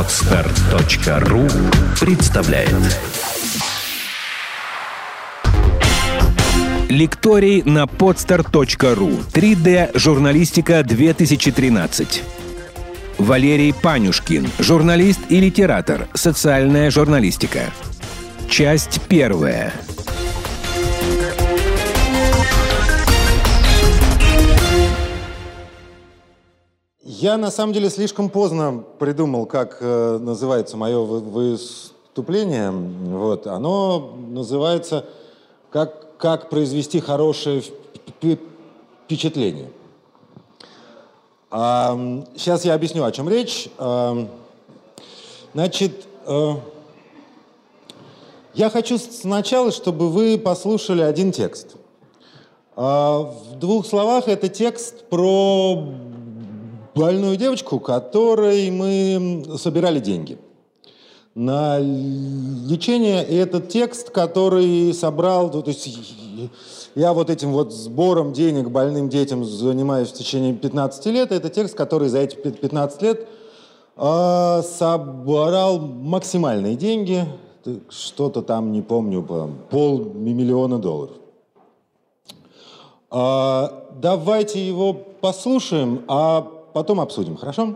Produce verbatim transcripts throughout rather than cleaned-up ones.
Подстар точка ру представляет лекторий на подстар точка ру. три дэ журналистика две тысячи тринадцать. Валерий Панюшкин, журналист и литератор. Социальная журналистика. Часть первая. Я, на самом деле, слишком поздно придумал, как э, называется мое выступление. Вот. Оно называется «Как, как произвести хорошее впечатление». А, сейчас я объясню, о чем речь. А, значит, э, я хочу сначала, чтобы вы послушали один текст. А, в двух словах это текст про больную девочку, которой мы собирали деньги на лечение. И этот текст, который собрал, то есть я вот этим вот сбором денег больным детям занимаюсь в течение пятнадцати лет. Это текст, который за эти пятнадцать лет э, собрал максимальные деньги, что-то там, не помню, полмиллиона долларов. Э, давайте его послушаем, а потом обсудим, хорошо?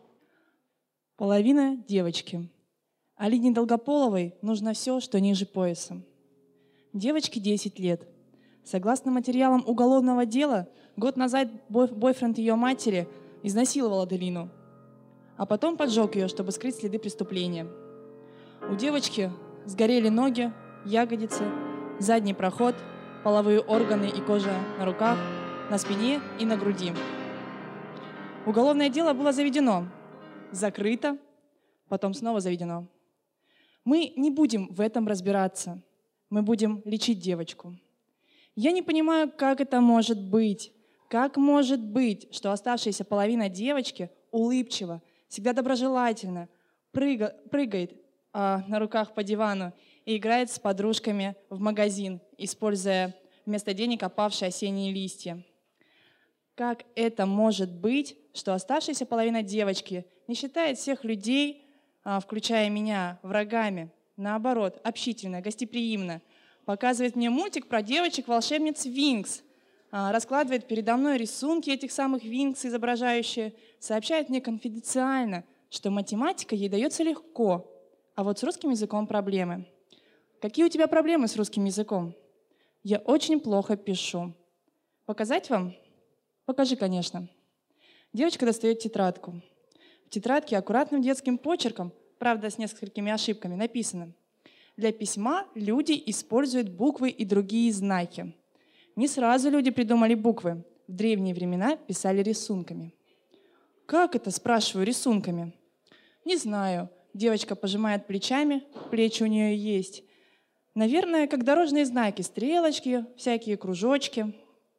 Половина девочки. Алине Долгополовой нужно все, что ниже пояса. Девочке десять лет. Согласно материалам уголовного дела, год назад бой- бойфренд ее матери изнасиловал Аделину, а потом поджег ее, чтобы скрыть следы преступления. У девочки сгорели ноги, ягодицы, задний проход, половые органы и кожа на руках, на спине и на груди. Уголовное дело было заведено, закрыто, потом снова заведено. Мы не будем в этом разбираться. Мы будем лечить девочку. Я не понимаю, как это может быть. Как может быть, что оставшаяся половина девочки улыбчива, всегда доброжелательна, прыга, прыгает а, на руках по дивану и играет с подружками в магазин, используя вместо денег опавшие осенние листья. Как это может быть, что оставшаяся половина девочки не считает всех людей, включая меня, врагами? Наоборот, общительно, гостеприимно. Показывает мне мультик про девочек-волшебниц Винкс. Раскладывает передо мной рисунки этих самых Винкс, изображающие. Сообщает мне конфиденциально, что математика ей дается легко, а вот с русским языком проблемы. Какие у тебя проблемы с русским языком? Я очень плохо пишу. Показать вам? Покажи, конечно. Девочка достает тетрадку. В тетрадке аккуратным детским почерком, правда, с несколькими ошибками, написано: «Для письма люди используют буквы и другие знаки». Не сразу люди придумали буквы. В древние времена писали рисунками. «Как это?» – спрашиваю, рисунками. «Не знаю». Девочка пожимает плечами, плечи у нее есть. «Наверное, как дорожные знаки, стрелочки, всякие кружочки».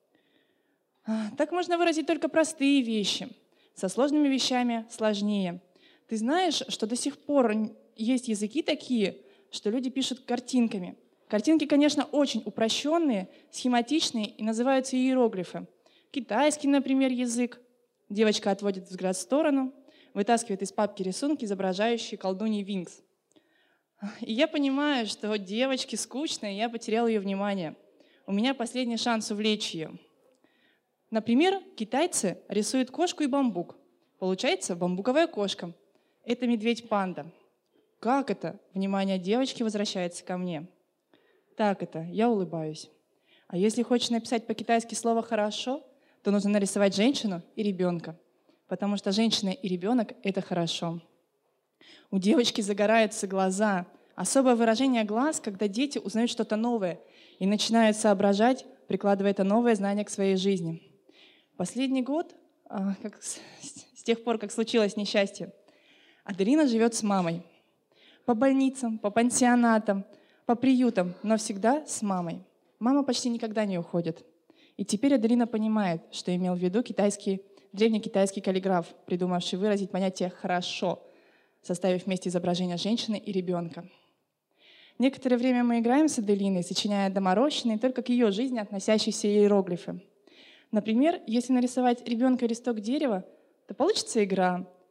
Так можно выразить только простые вещи. Со сложными вещами сложнее. Ты знаешь, что до сих пор есть языки такие, что люди пишут картинками. Картинки, конечно, очень упрощенные, схематичные и называются иероглифы. Китайский, например, язык. Девочка отводит взгляд в сторону, вытаскивает из папки рисунки, изображающие колдуньи Винкс. И я понимаю, что девочке скучно, и я потеряла ее внимание. У меня последний шанс увлечь ее. Например, китайцы рисуют кошку и бамбук. Получается бамбуковая кошка. Это медведь-панда. Как это? Внимание девочки возвращается ко мне. Так это, я улыбаюсь. А если хочешь написать по-китайски слово «хорошо», то нужно нарисовать женщину и ребенка. Потому что женщина и ребенок – это хорошо. У девочки загораются глаза. Особое выражение глаз, когда дети узнают что-то новое и начинают соображать, прикладывая это новое знание к своей жизни. Последний год, как с тех пор, как случилось несчастье, Аделина живет с мамой. По больницам, по пансионатам, по приютам, но всегда с мамой. Мама почти никогда не уходит. И теперь Аделина понимает, что имел в виду китайский, древнекитайский каллиграф, придумавший выразить понятие «хорошо», составив вместе изображение женщины и ребенка. Некоторое время мы играем с Аделиной, сочиняя доморощенные, только к ее жизни относящиеся иероглифы. Например, если нарисовать ребенка и листок дерева, то получится игра.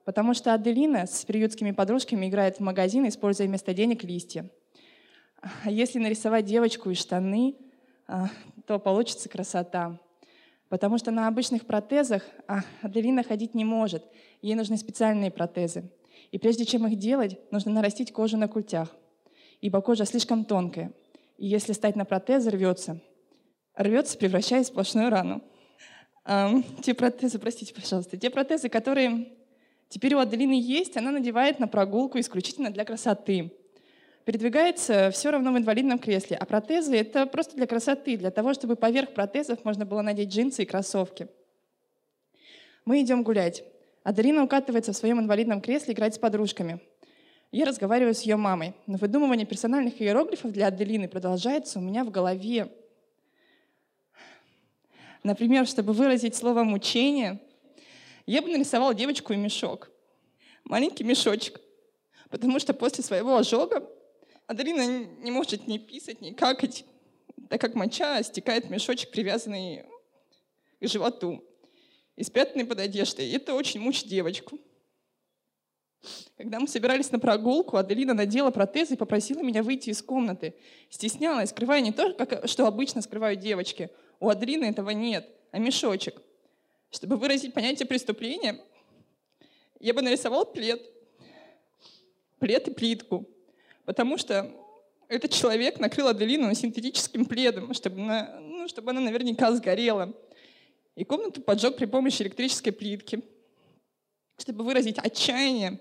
Потому что Аделина с приютскими подружками играет в магазин, используя вместо денег листья. А если нарисовать девочку и штаны, то получится красота. Потому что на обычных протезах Аделина ходить не может. Ей нужны специальные протезы. И прежде чем их делать, нужно нарастить кожу на культях. Ибо кожа слишком тонкая. И если стать на протез, рвется. Рвется, превращаясь в сплошную рану. А, те протезы, простите, пожалуйста, те протезы, которые теперь у Аделины есть, она надевает на прогулку исключительно для красоты. Передвигается все равно в инвалидном кресле, а протезы — это просто для красоты, для того, чтобы поверх протезов можно было надеть джинсы и кроссовки. Мы идем гулять. Аделина укатывается в своем инвалидном кресле играть с подружками. Я разговариваю с ее мамой, но выдумывание персональных иероглифов для Аделины продолжается у меня в голове. Например, чтобы выразить слово «мучение», я бы нарисовала девочку и мешок. Маленький мешочек. Потому что после своего ожога Аделина не может ни писать, ни какать, так как моча стекает в мешочек, привязанный к животу и спрятанный под одеждой. И это очень мучит девочку. Когда мы собирались на прогулку, Аделина надела протез и попросила меня выйти из комнаты. Стеснялась, скрывая не то, как, что обычно скрывают девочки. У Аделины этого нет, а мешочек. Чтобы выразить понятие преступления, я бы нарисовал плед. Плед и плитку. Потому что этот человек накрыл Аделину синтетическим пледом, чтобы она, ну, чтобы она наверняка сгорела. И комнату поджег при помощи электрической плитки. Чтобы выразить отчаяние,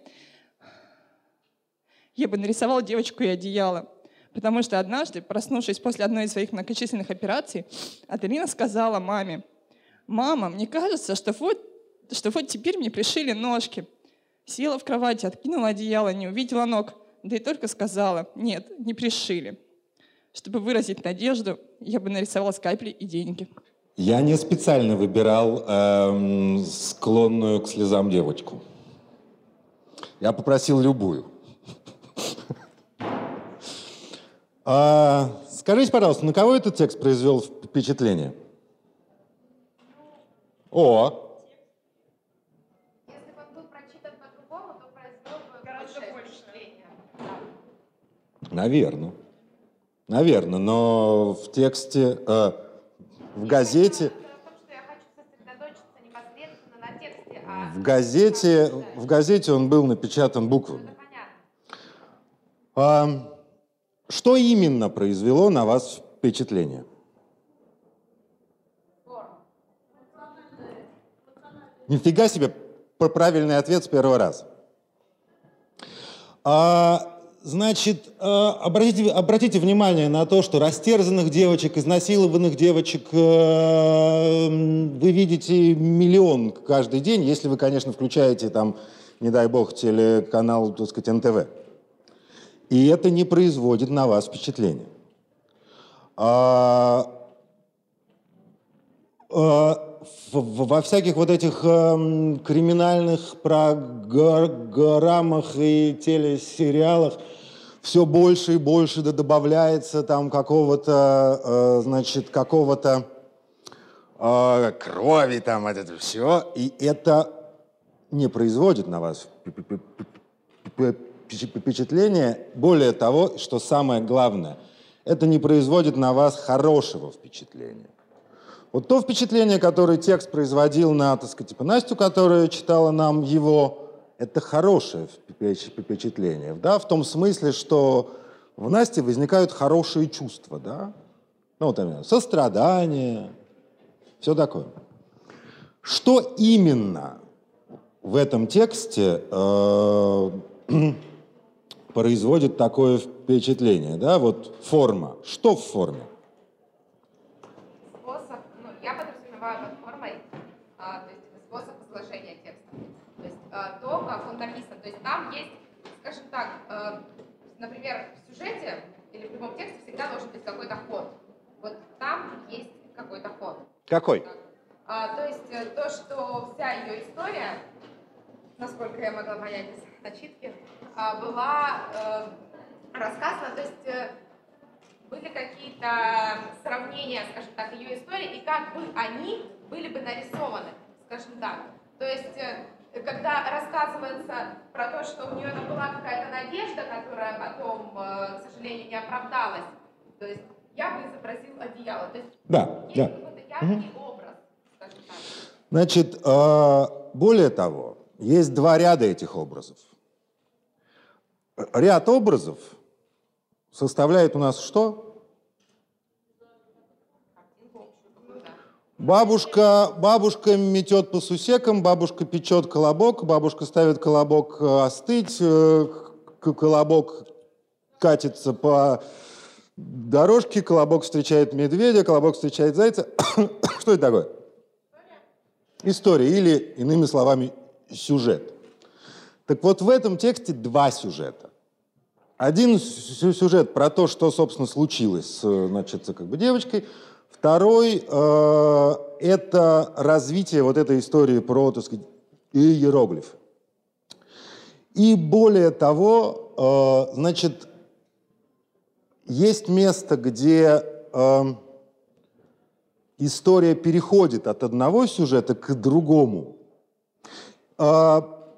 я бы нарисовал девочку и одеяло. Потому что однажды, проснувшись после одной из своих многочисленных операций, Аделина сказала маме: «Мама, мне кажется, что вот, что вот теперь мне пришили ножки». Села в кровати, откинула одеяло, не увидела ног, да и только сказала: «Нет, не пришили». Чтобы выразить надежду, я бы нарисовала скальпели и деньги. Я не специально выбирал эм, склонную к слезам девочку. Я попросил любую. А, скажите, пожалуйста, на кого этот текст произвел впечатление? О! Если бы он был прочитан по-другому, то произвел бы гораздо больше впечатления. Наверное. Наверное, но в тексте, э, в газете... В газете, в газете он был напечатан буквами. А, что именно произвело на вас впечатление? Нифига себе, правильный ответ с первого раза. А, значит, обратите, обратите внимание на то, что растерзанных девочек, изнасилованных девочек вы видите миллион каждый день, если вы, конечно, включаете там, не дай бог, телеканал, так сказать, эн тэ вэ. И это не производит на вас впечатления. А, а, во всяких вот этих э, криминальных программах и телесериалах все больше и больше добавляется там какого-то, э, значит, какого-то э, крови, там, это все, и это не производит на вас впечатление. Более того, что самое главное, это не производит на вас хорошего впечатления. Вот то впечатление, которое текст производил на, так сказать, типа Настю, которая читала нам его, это хорошее впечатление, да, в том смысле, что в Насте возникают хорошие чувства, да, ну, там, сострадание, все такое. Что именно в этом тексте э, производит такое впечатление, да, вот форма, что в форме? Я подразумеваю под формой, а, то есть способ изложения текста. То есть а, то, как он написан. То есть там есть, скажем так, а, например, в сюжете или в любом тексте всегда должен быть какой-то ход. Вот там есть какой-то ход. Какой? А, то есть то, что вся ее история, насколько я могла понять из начитки, а, была а, рассказана, то есть были какие-то сравнения, скажем так, ее истории, и как бы они были бы нарисованы, скажем так. То есть когда рассказывается про то, что у нее была какая-то надежда, которая потом, к сожалению, не оправдалась, то есть я бы изобразил одеяло. То есть да, есть да. какой-то яркий угу. образ, скажем так. Значит, более того, есть два ряда этих образов. Ряд образов составляет у нас что? Бабушка, бабушка метет по сусекам, бабушка печет колобок, бабушка ставит колобок остыть, колобок катится по дорожке, колобок встречает медведя, колобок встречает зайца. Что это такое? История, или, иными словами, сюжет. Так вот, в этом тексте два сюжета. Один сюжет про то, что, собственно, случилось с, значит, как бы девочкой. Второй э, – это развитие вот этой истории про, так сказать, иероглифы. И более того, э, значит, есть место, где э, история переходит от одного сюжета к другому. Э,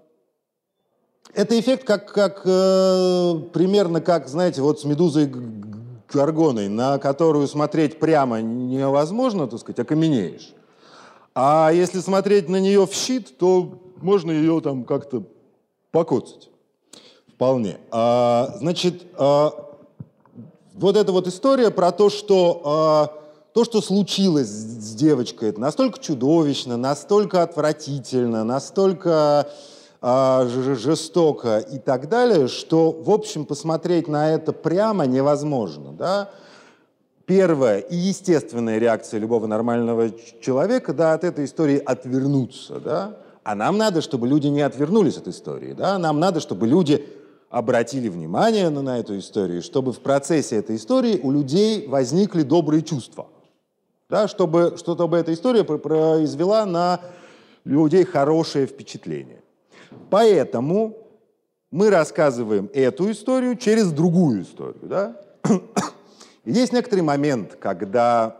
это эффект как, как э, примерно как, знаете, вот с «Медузой Горгоной», на которую смотреть прямо невозможно, так сказать, окаменеешь. А если смотреть на нее в щит, то можно ее там как-то покоцать. Вполне. А, значит, а, вот эта вот история про то, что а, то, что случилось с, с девочкой, это настолько чудовищно, настолько отвратительно, настолько а, жестоко и так далее, что, в общем, посмотреть на это прямо невозможно, да? Первая и естественная реакция любого нормального человека, да, от этой истории отвернуться, да? А нам надо, чтобы люди не отвернулись от истории, да? Нам надо, чтобы люди обратили внимание на, на эту историю, чтобы в процессе этой истории у людей возникли добрые чувства, да? Чтобы, чтобы эта история произвела на людей хорошее впечатление. Поэтому мы рассказываем эту историю через другую историю, да? И есть некоторый момент, когда,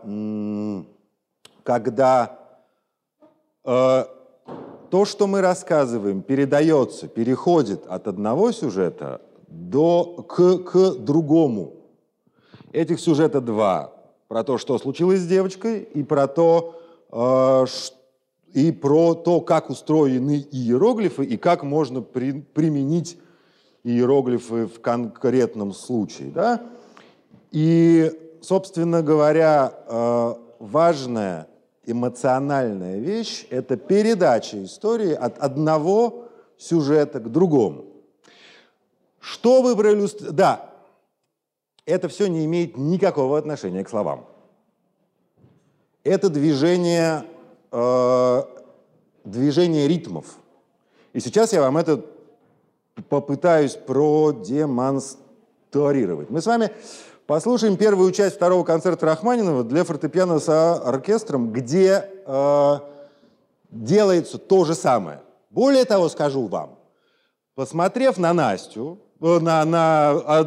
когда э, то, что мы рассказываем, передается, переходит от одного сюжета до, к, к другому. Этих сюжетов два. Про то, что случилось с девочкой, и про то, э, и про то, как устроены иероглифы, и как можно при, применить иероглифы в конкретном случае. Да? И, собственно говоря, важная эмоциональная вещь – это передача истории от одного сюжета к другому. Что вы проиллюстрировали? Да, это все не имеет никакого отношения к словам. Это движение, э, движение ритмов. И сейчас я вам это попытаюсь продемонстрировать. Мы с вами послушаем первую часть второго концерта Рахманинова для фортепиано с оркестром, где э, делается то же самое. Более того, скажу вам, посмотрев на Настю, на, на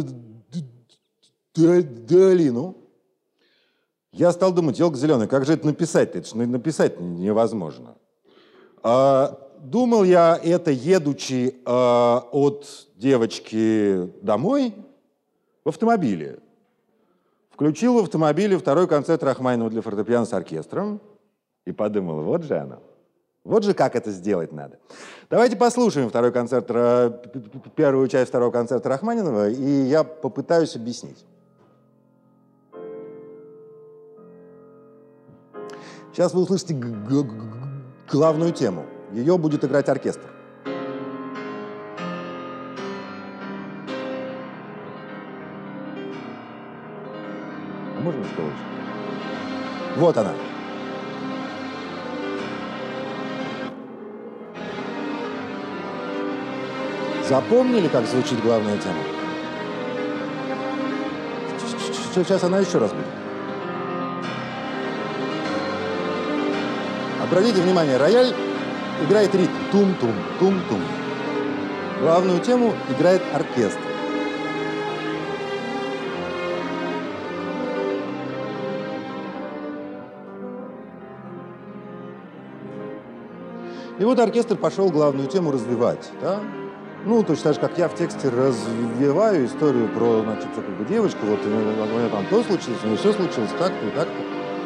Алину, я стал думать, елка зеленая, как же это написать-то? Это же написать невозможно. А, думал я это, едучи а, от девочки домой, в автомобиле. Включил в автомобиле второй концерт Рахманинова для фортепиано с оркестром и подумал, вот же оно. Вот же как это сделать надо. Давайте послушаем второй концерт, первую часть второго концерта Рахманинова, и я попытаюсь объяснить. Сейчас вы услышите главную тему. Ее будет играть оркестр. Можно что лучше? Вот она. Запомнили, как звучит главная тема? Сейчас она еще раз будет. Обратите внимание, рояль играет ритм. Тум-тум, тум-тум. Главную тему играет оркестр. И вот оркестр пошел главную тему развивать, да? Ну, точно так же, как я в тексте развиваю историю про, значит, как бы девочку, вот у нее там то случилось, у нее все случилось, так-то и так-то.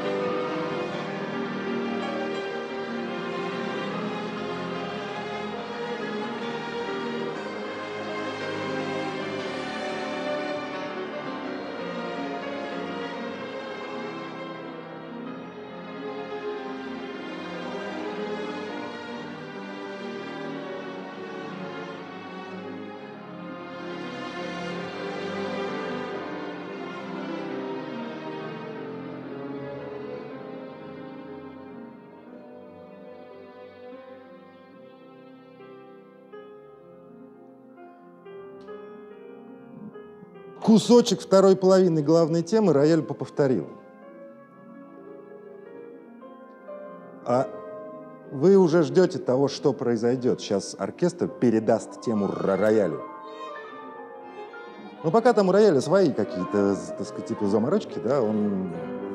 Кусочек второй половины главной темы рояль повторил. А вы уже ждете того, что произойдет. Сейчас оркестр передаст тему роялю. Но пока там у рояля свои какие-то, так сказать, типа заморочки, да, он...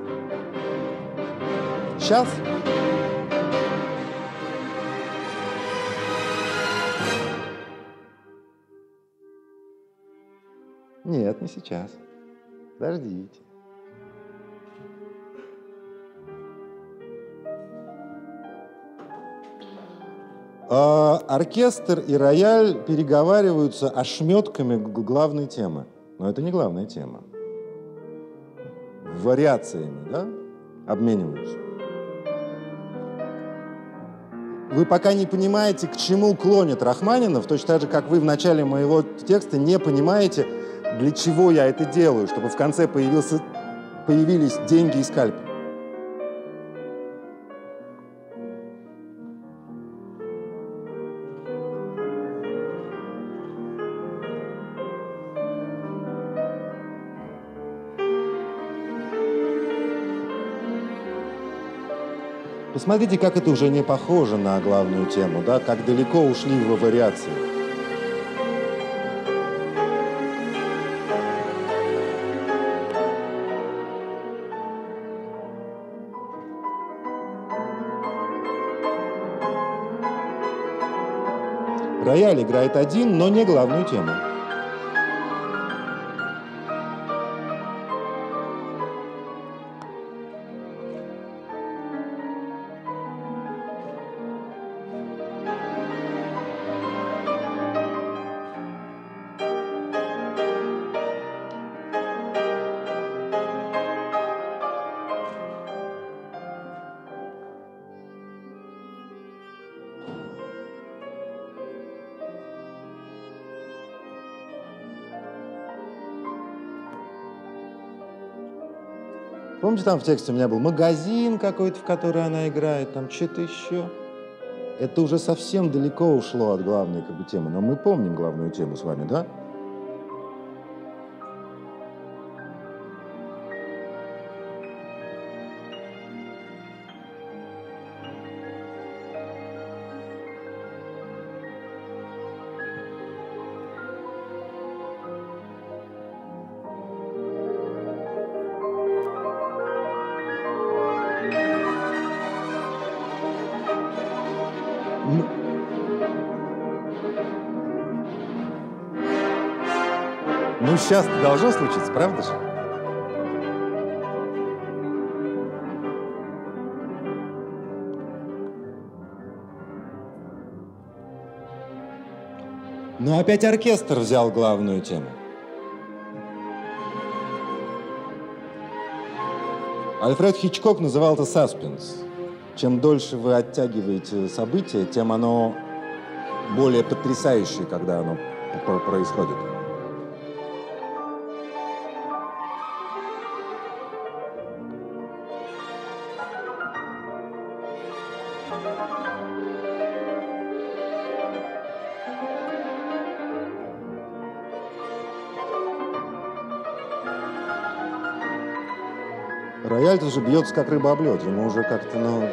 Сейчас... Нет, не сейчас. Подождите. А, оркестр и рояль переговариваются ошметками главной темы. Но это не главная тема. Вариациями, да, обмениваются. Вы пока не понимаете, к чему клонит Рахманинов, точно так же, как вы в начале моего текста не понимаете, для чего я это делаю, чтобы в конце появился, появились деньги и скальпель. Посмотрите, как это уже не похоже на главную тему, да, как далеко ушли во вариации. Рояль играет один, но не главную тему. Помните, там в тексте у меня был магазин какой-то, в который она играет, там что-то еще. Это уже совсем далеко ушло от главной как бы, темы. Но мы помним главную тему с вами, да? Ну, сейчас должно случиться, правда же? Но опять оркестр взял главную тему. Альфред Хичкок называл это саспенс. Чем дольше вы оттягиваете события, тем оно более потрясающее, когда оно происходит. Рояль тоже бьется, как рыба об лед. Ему уже как-то, ну...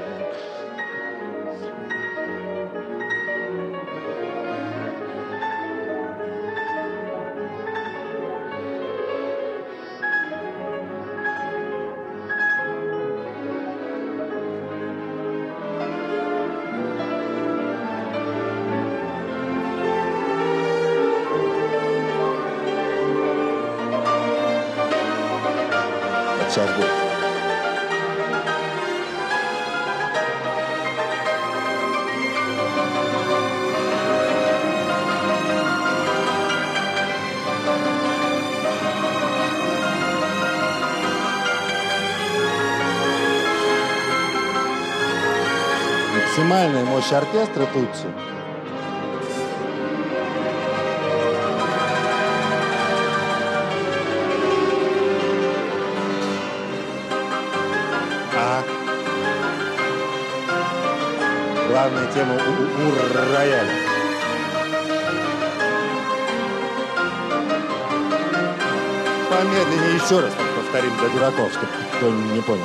Сейчас будет. Максимальная мощь оркестра Тутси. А. Главная тема у, у рояля. Помедленнее еще раз повторим для дураков, чтобы кто не понял.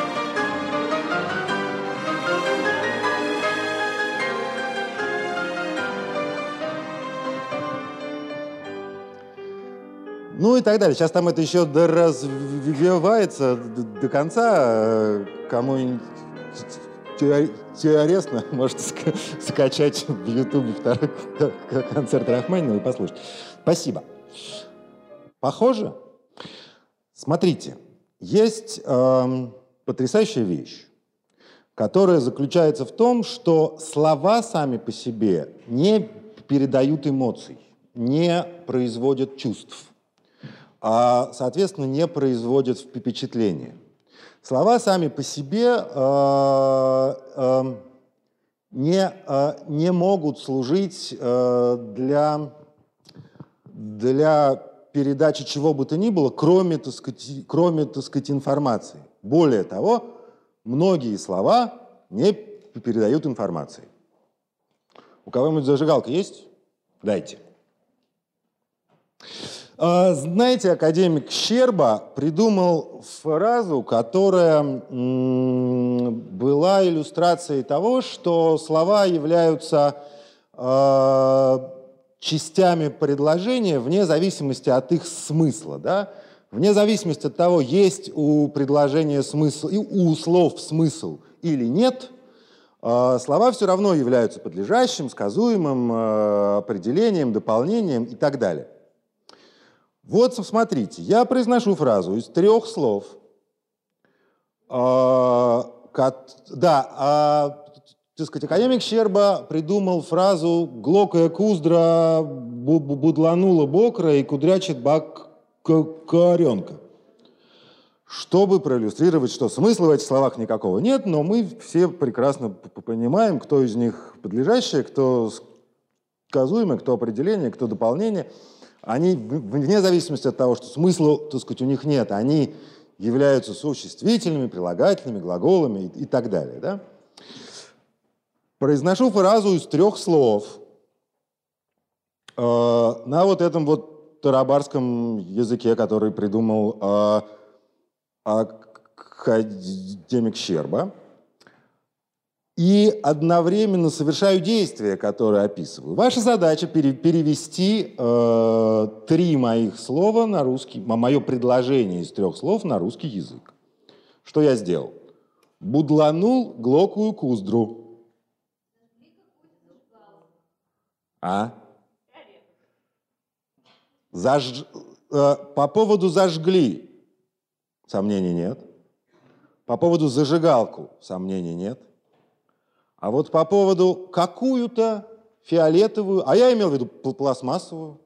Ну и так далее. Сейчас там это еще доразвивается до конца. Кому интересно, можете скачать в Ютубе второй концерт Рахманинова и послушать. Спасибо. Похоже? Смотрите, есть э, потрясающая вещь, которая заключается в том, что слова сами по себе не передают эмоций, не производят чувств, а, соответственно, не производят впечатления. Слова сами по себе э, э, не, э, не могут служить э, для, для передачи чего бы то ни было, кроме, так сказать, кроме, так сказать, информации. Более того, многие слова не передают информации. У кого-нибудь зажигалка есть? Дайте. Знаете, академик Щерба придумал фразу, которая была иллюстрацией того, что слова являются э, частями предложения вне зависимости от их смысла. Да? Вне зависимости от того, есть у предложения смысл, и у слов смысл или нет, э, слова все равно являются подлежащим, сказуемым, э, определением, дополнением и так далее. Вот смотрите, я произношу фразу из трех слов. А, кат, да, а, так сказать, академик Щерба придумал фразу «глокая куздра будланула бокра и кудрячит бак коренка». Чтобы проиллюстрировать, что смысла в этих словах никакого нет, но мы все прекрасно понимаем, кто из них подлежащее, кто сказуемое, кто определение, кто дополнение. Они, вне зависимости от того, что смысла, так сказать, у них нет, они являются существительными, прилагательными, глаголами и, и так далее. Да? Произношу фразу из трех слов э, на вот этом вот тарабарском языке, который придумал э, академик Щерба, и одновременно совершаю действия, которые описываю. Ваша задача пере, перевести э, три моих слова на русский, мое предложение из трех слов на русский язык. Что я сделал? Будланул глокую куздру. А? Заж... Э, по поводу зажгли сомнений нет. По поводу зажигалку сомнений нет. А вот по поводу какую-то фиолетовую, а я имел в виду пластмассовую.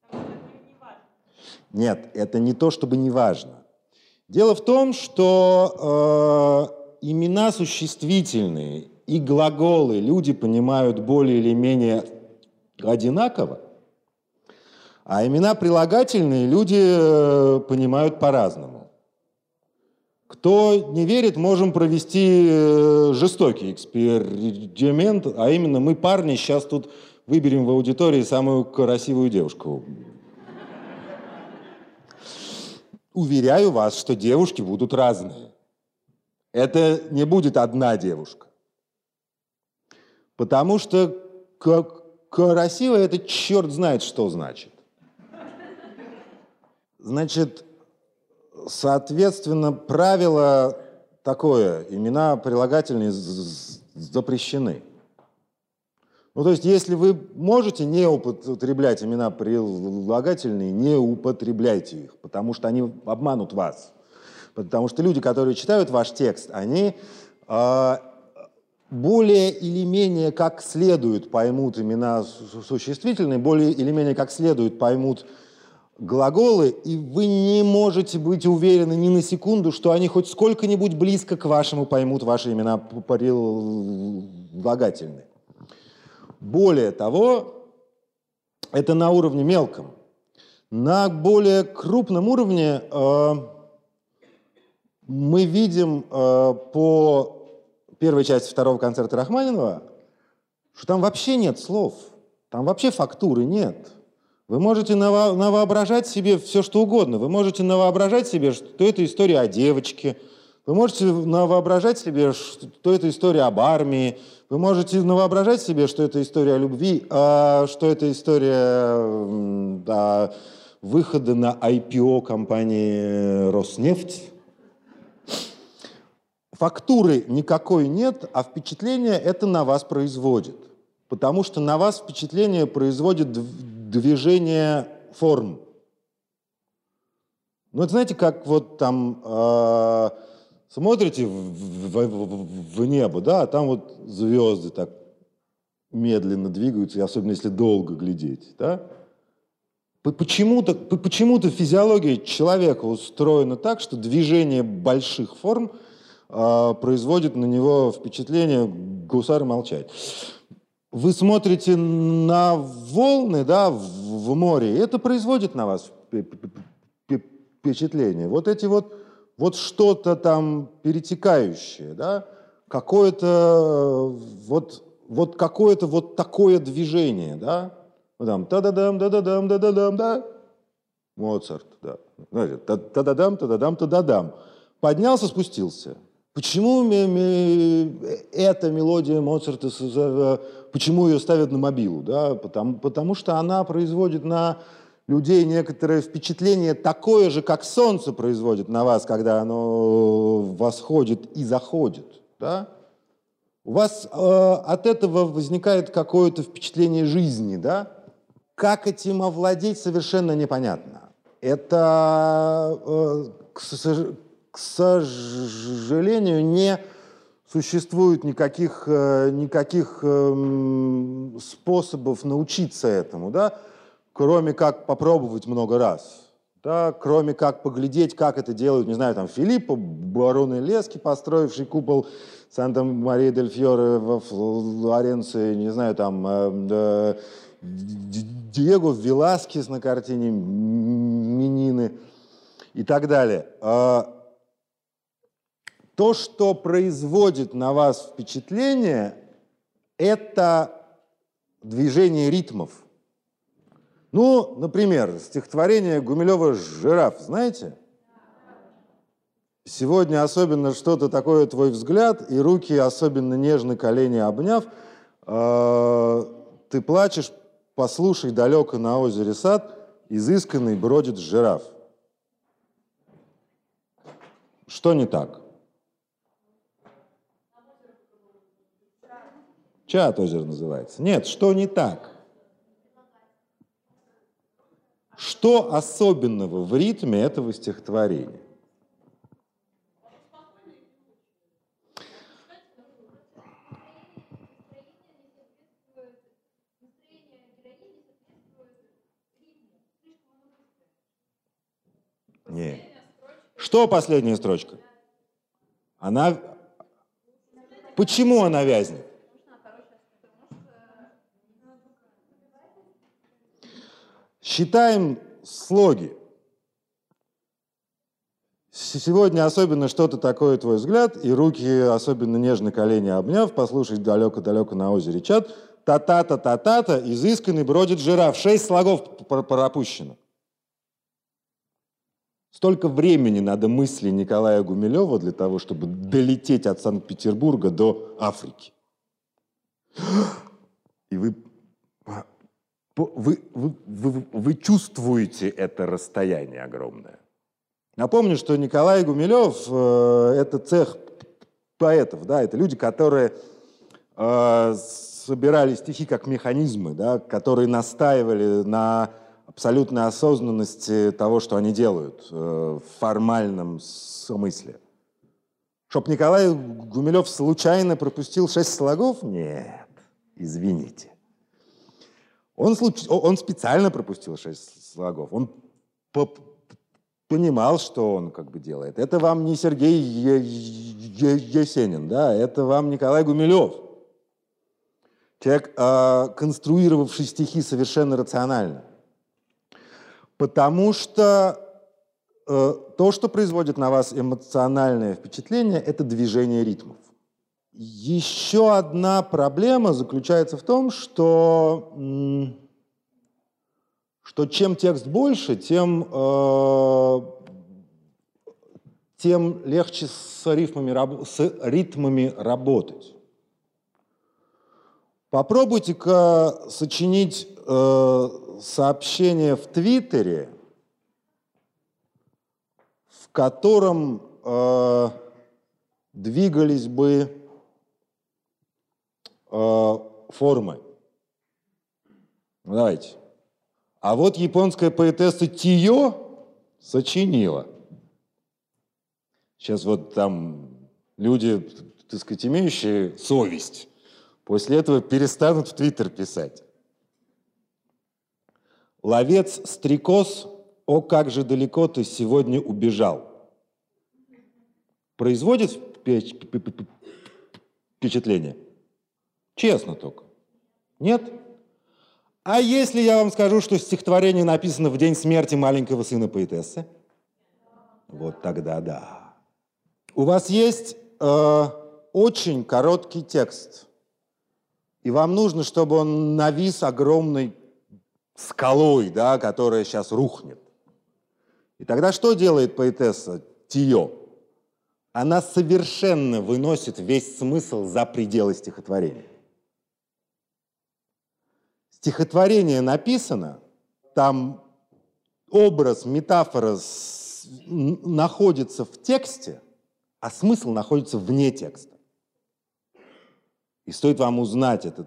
Нет, это не то, чтобы не важно. Дело в том, что э, имена существительные и глаголы люди понимают более или менее одинаково, а имена прилагательные люди э, понимают по-разному. Кто не верит, можем провести жестокий эксперимент, а именно мы, парни, сейчас тут выберем в аудитории самую красивую девушку. Уверяю вас, что девушки будут разные. Это не будет одна девушка. Потому что красивая — это черт знает, что значит. Значит, соответственно, правило такое, имена прилагательные запрещены. Ну, то есть, если вы можете не употреблять имена прилагательные, не употребляйте их, потому что они обманут вас. Потому что люди, которые читают ваш текст, они э, более или менее как следует поймут имена существительные, более или менее как следует поймут глаголы, и вы не можете быть уверены ни на секунду, что они хоть сколько-нибудь близко к вашему поймут ваши имена прилагательные. Более того, это на уровне мелком. На более крупном уровне э, мы видим э, по первой части второго концерта Рахманинова, что там вообще нет слов, там вообще фактуры нет. Вы можете наво- навоображать себе все, что угодно. Вы можете навоображать себе, что это история о девочке. Вы можете навоображать себе, что это история об армии. Вы можете навоображать себе, что это история о любви, а что это история да, выхода на ай пи о компании «Роснефть». Фактуры никакой нет, а впечатление это на вас производит. Потому что на вас впечатление производит движение форм. Ну, это знаете, как вот там э, смотрите в, в, в, в небо, да, а там вот звезды так медленно двигаются, и особенно если долго глядеть, да. Почему-то, почему-то физиология человека устроена так, что движение больших форм э, производит на него впечатление «гусар молчать». Вы смотрите на волны, да, в, в море, и это производит на вас впечатление. Вот эти вот, вот что-то там перетекающее, да, какое-то вот, вот какое-то вот такое движение, да, вот там та-да-дам, да-да-дам, да-да-дам, да, Моцарт, да, знаете, та-да-дам, та-да-дам, та-да-дам, поднялся, спустился. Почему эта мелодия Моцарта, почему ее ставят на мобилу? Да? Потому, потому что она производит на людей некоторое впечатление такое же, как солнце производит на вас, когда оно восходит и заходит. Да? У вас э, от этого возникает какое-то впечатление жизни. Да? Как этим овладеть, совершенно непонятно. Это, э, к сожалению, К сожалению, не существует никаких, никаких способов научиться этому, да? Кроме как попробовать много раз, да? Кроме как поглядеть, как это делают, не знаю, там, Филиппо Баронеллески, построивший купол Санта-Мария-дель-Фьоре во Флоренции, не знаю, там, э, Диего Веласкес на картине «Менины» и так далее. То, что производит на вас впечатление, это движение ритмов. Ну, например, стихотворение Гумилева «Жираф», знаете? Сегодня особенно что-то такое твой взгляд, и руки особенно нежно колени обняв. Э, ты плачешь, послушай далеко на озере сад, изысканный бродит жираф. Что не так? Чат озеро называется. Нет, что не так? Что особенного в ритме этого стихотворения? Нет. Что последняя строчка? Она... Почему она вязнет? Считаем слоги. Сегодня особенно что-то такое твой взгляд, и руки особенно нежно колени обняв, послушай далеко-далеко на озере чат, та-та-та-та-та-та, изысканный бродит жираф. Шесть слогов пропущено. Столько времени надо мысли Николая Гумилева для того, чтобы долететь от Санкт-Петербурга до Африки. И вы, вы, вы, вы, вы чувствуете это расстояние огромное. Напомню, что Николай Гумилев э, – это цех поэтов, да, это люди, которые э, собирали стихи как механизмы, да, которые настаивали на абсолютной осознанности того, что они делают э, в формальном смысле. Чтоб Николай Гумилев случайно пропустил шесть слогов? Нет, извините. Он, случ... он специально пропустил шесть слогов. Он понимал, что он как бы делает. Это вам не Сергей Е... Е... Есенин, да? Это вам Николай Гумилев. Человек, э, конструировавший стихи совершенно рационально. Потому что э, то, что производит на вас эмоциональное впечатление, это движение ритмов. Еще одна проблема заключается в том, что, м, что чем текст больше, тем, э, тем легче с ритмами, с ритмами работать. Попробуйте-ка сочинить э, сообщение в Твиттере, в котором э, двигались бы э, формы. Давайте. А вот японская поэтесса Тиё сочинила. Сейчас вот там люди, так сказать, имеющие совесть, после этого перестанут в Твиттер писать. Ловец-стрекоз, о, как же далеко ты сегодня убежал. Производит впечатление? Честно только. Нет? А если я вам скажу, что стихотворение написано в день смерти маленького сына поэтессы? Вот тогда да. У вас есть э, очень короткий текст. И вам нужно, чтобы он навис огромной скалой, да, которая сейчас рухнет. И тогда что делает поэтесса Тиё? Она совершенно выносит весь смысл за пределы стихотворения. Стихотворение написано, там образ, метафора с, находится в тексте, а смысл находится вне текста. И стоит вам узнать этот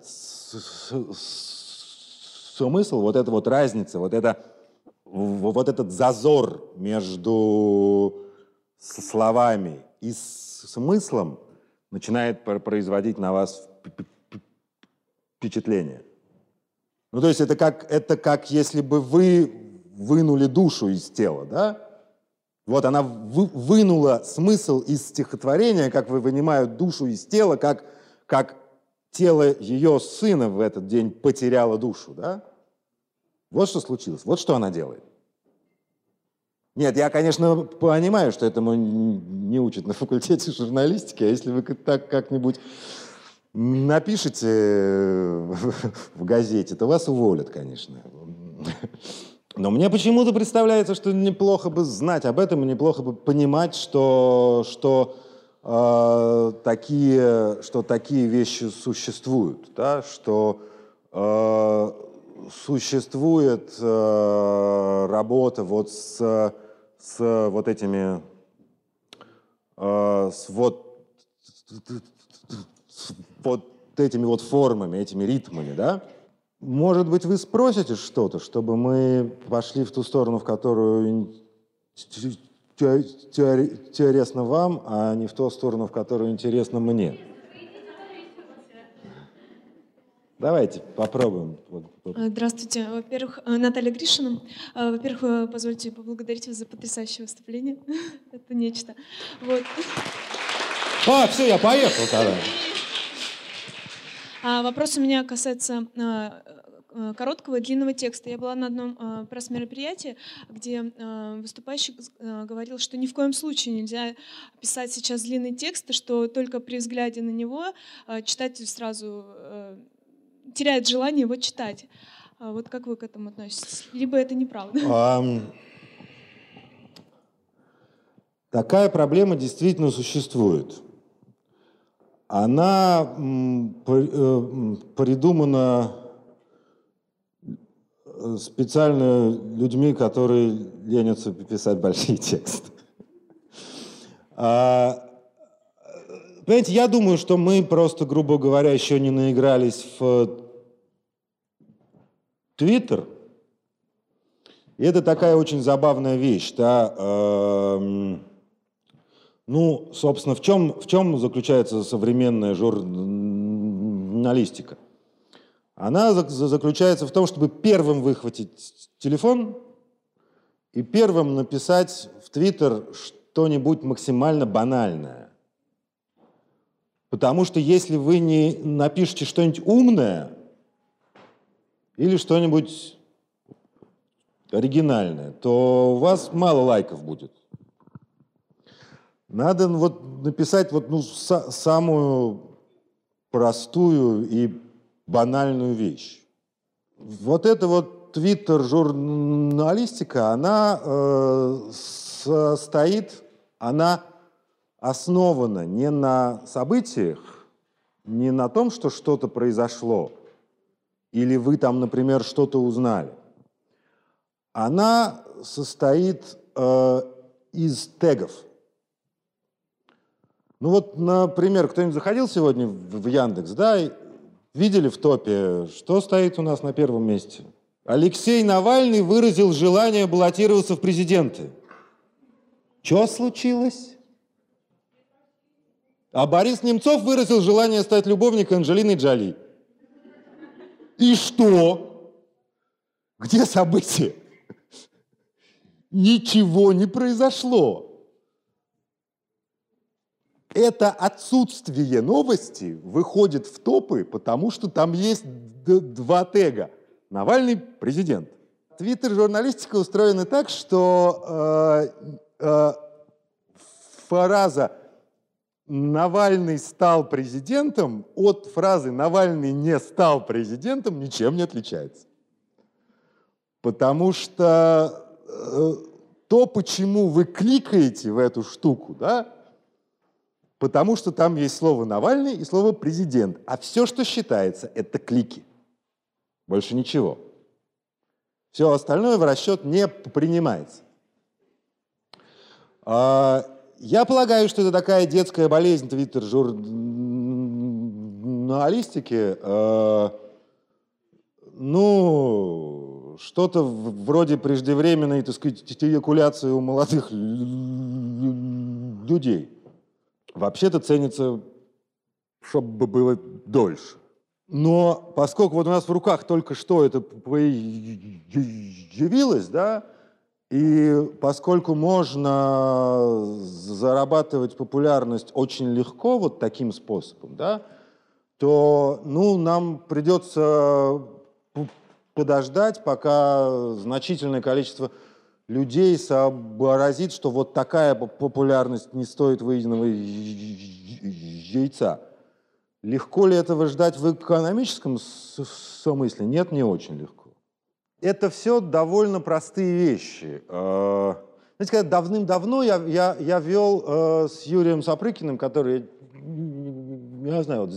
смысл, вот эта вот разница, вот, это, вот этот зазор между словами и смыслом начинает производить на вас впечатление. Ну, то есть это как, это как если бы вы вынули душу из тела, да? Вот она вы, вынула смысл из стихотворения, как вы вынимают душу из тела, как, как тело ее сына в этот день потеряло душу, да? Вот что случилось, вот что она делает. Нет, я, конечно, понимаю, что этому не учат на факультете журналистики, а если вы так как-нибудь напишите в газете, то вас уволят, конечно. Но мне почему-то представляется, что неплохо бы знать об этом, и неплохо бы понимать, что, что, э, такие, что такие вещи существуют, да? Что э, существует э, работа вот с, с вот этими, э, с вот, с вот этими вот формами, этими ритмами, да? Может быть, вы спросите что-то, чтобы мы пошли в ту сторону, в которую интересно вам, а не в ту сторону, в которую интересно мне. Давайте попробуем. Здравствуйте. Во-первых, Наталья Гришина. Во-первых, позвольте поблагодарить вас за потрясающее выступление. Это нечто. Вот. А, все, я поехал тогда. А вопрос у меня касается а, короткого и длинного текста. Я была на одном а, пресс-мероприятии, где а, выступающий а, говорил, что ни в коем случае нельзя писать сейчас длинный текст, что только при взгляде на него а, читатель сразу а, теряет желание его читать. А вот как вы к этому относитесь? Либо это неправда? Um, такая проблема действительно существует. Она придумана специально людьми, которые ленятся писать большие тексты. Понимаете, я думаю, что мы просто, грубо говоря, еще не наигрались в Твиттер. И это такая очень забавная вещь, да. Эм, ну, собственно, в чем, в чем заключается современная журналистика? Она заключается в том, чтобы первым выхватить телефон и первым написать в Твиттер что-нибудь максимально банальное. Потому что если вы не напишете что-нибудь умное или что-нибудь оригинальное, то у вас мало лайков будет. Надо вот написать вот, ну, са- самую простую и банальную вещь. Вот эта вот твиттер-журналистика, она э, состоит, она основана не на событиях, не на том, что что-то произошло, или вы там, например, что-то узнали. Она состоит э, из тегов. Ну вот, например, кто-нибудь заходил сегодня в, в Яндекс, да, и видели в топе, что стоит у нас на первом месте? Алексей Навальный выразил желание баллотироваться в президенты. Что случилось? А Борис Немцов выразил желание стать любовником Анджелины Джоли. И что? Где события? Ничего не произошло. Это отсутствие новости выходит в топы, потому что там есть д- два тега. Навальный – президент. Твиттер-журналистика устроена так, что э, э, фраза «Навальный стал президентом» от фразы «Навальный не стал президентом» ничем не отличается. Потому что э, то, почему вы кликаете в эту штуку, да, потому что там есть слово «Навальный» и слово «президент». А все, что считается, это клики. Больше ничего. Все остальное в расчет не принимается. Я полагаю, что это такая детская болезнь твиттер-журналистики. Ну, что-то вроде преждевременной, так сказать, эякуляции у молодых людей. Вообще-то ценится, чтобы было дольше. Но поскольку вот у нас в руках только что это появилось, да, и поскольку можно зарабатывать популярность очень легко вот таким способом, да, то, ну, нам придется подождать, пока значительное количество людей сообразит, что вот такая популярность не стоит выеденного яйца. Легко ли этого ждать в экономическом смысле? Нет, не очень легко. Это все довольно простые вещи. Знаете, когда давным-давно я, я, я вел э, с Юрием Сапрыкиным, который, я не знаю, вот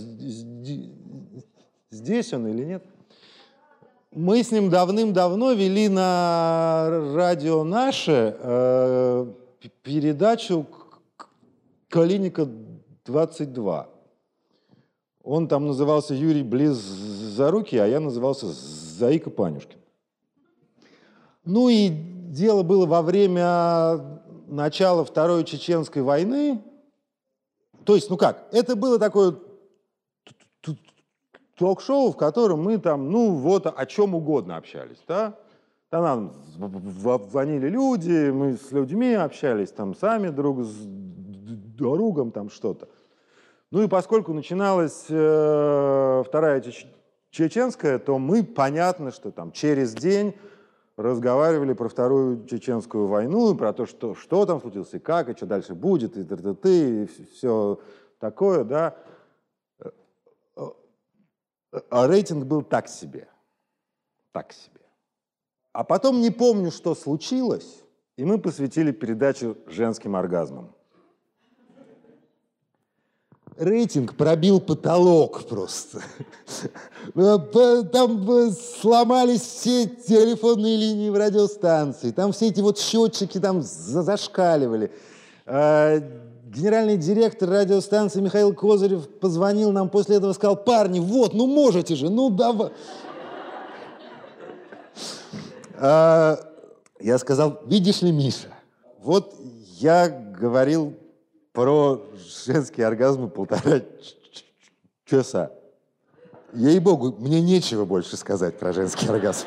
здесь он или нет, мы с ним давным-давно вели на радио «Наше» э, передачу «Калиника двадцать два». Он там назывался Юрий Близорукий, а я назывался Заика Панюшкин. Ну и дело было во время начала Второй Чеченской войны. То есть, ну как, это было такое ток-шоу, в котором мы там, ну вот о чем угодно общались, да? Там нам звонили люди, мы с людьми общались, там сами друг с другом, там что-то. Ну и поскольку начиналась э, Вторая Чеченская, то мы, понятно, что там через день разговаривали про Вторую Чеченскую войну, про то, что, что там случилось, и как, и что дальше будет, и ты-ты-ты, и все такое, да. А рейтинг был так себе. Так себе. А потом не помню, что случилось, и мы посвятили передачу женским оргазмам. Рейтинг пробил потолок просто. Там сломались все телефонные линии в радиостанции, там все эти вот счетчики там зашкаливали. Генеральный директор радиостанции Михаил Козырев позвонил нам после этого и сказал: парни, вот, ну можете же, ну давай. Я сказал, видишь ли, Миша, вот я говорил про женские оргазмы полтора часа. Ей-богу, мне нечего больше сказать про женский оргазм.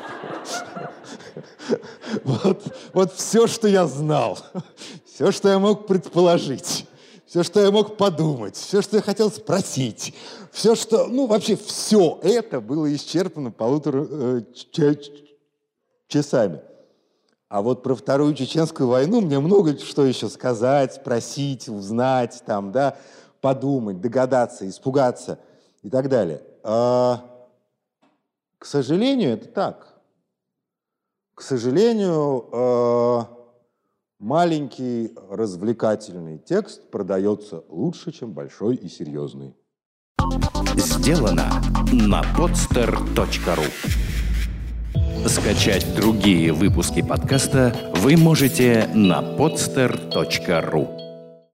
Вот, вот все, что я знал, все, что я мог предположить, все, что я мог подумать, все, что я хотел спросить, все, что, ну, вообще все это было исчерпано полутора э, часами. А вот про Вторую Чеченскую войну мне много что еще сказать, спросить, узнать, там, да, подумать, догадаться, испугаться и так далее. А, к сожалению, это так. К сожалению, э, маленький развлекательный текст продается лучше, чем большой и серьезный. Сделано на podster точка ру. Скачать другие выпуски подкаста вы можете на podster точка ру.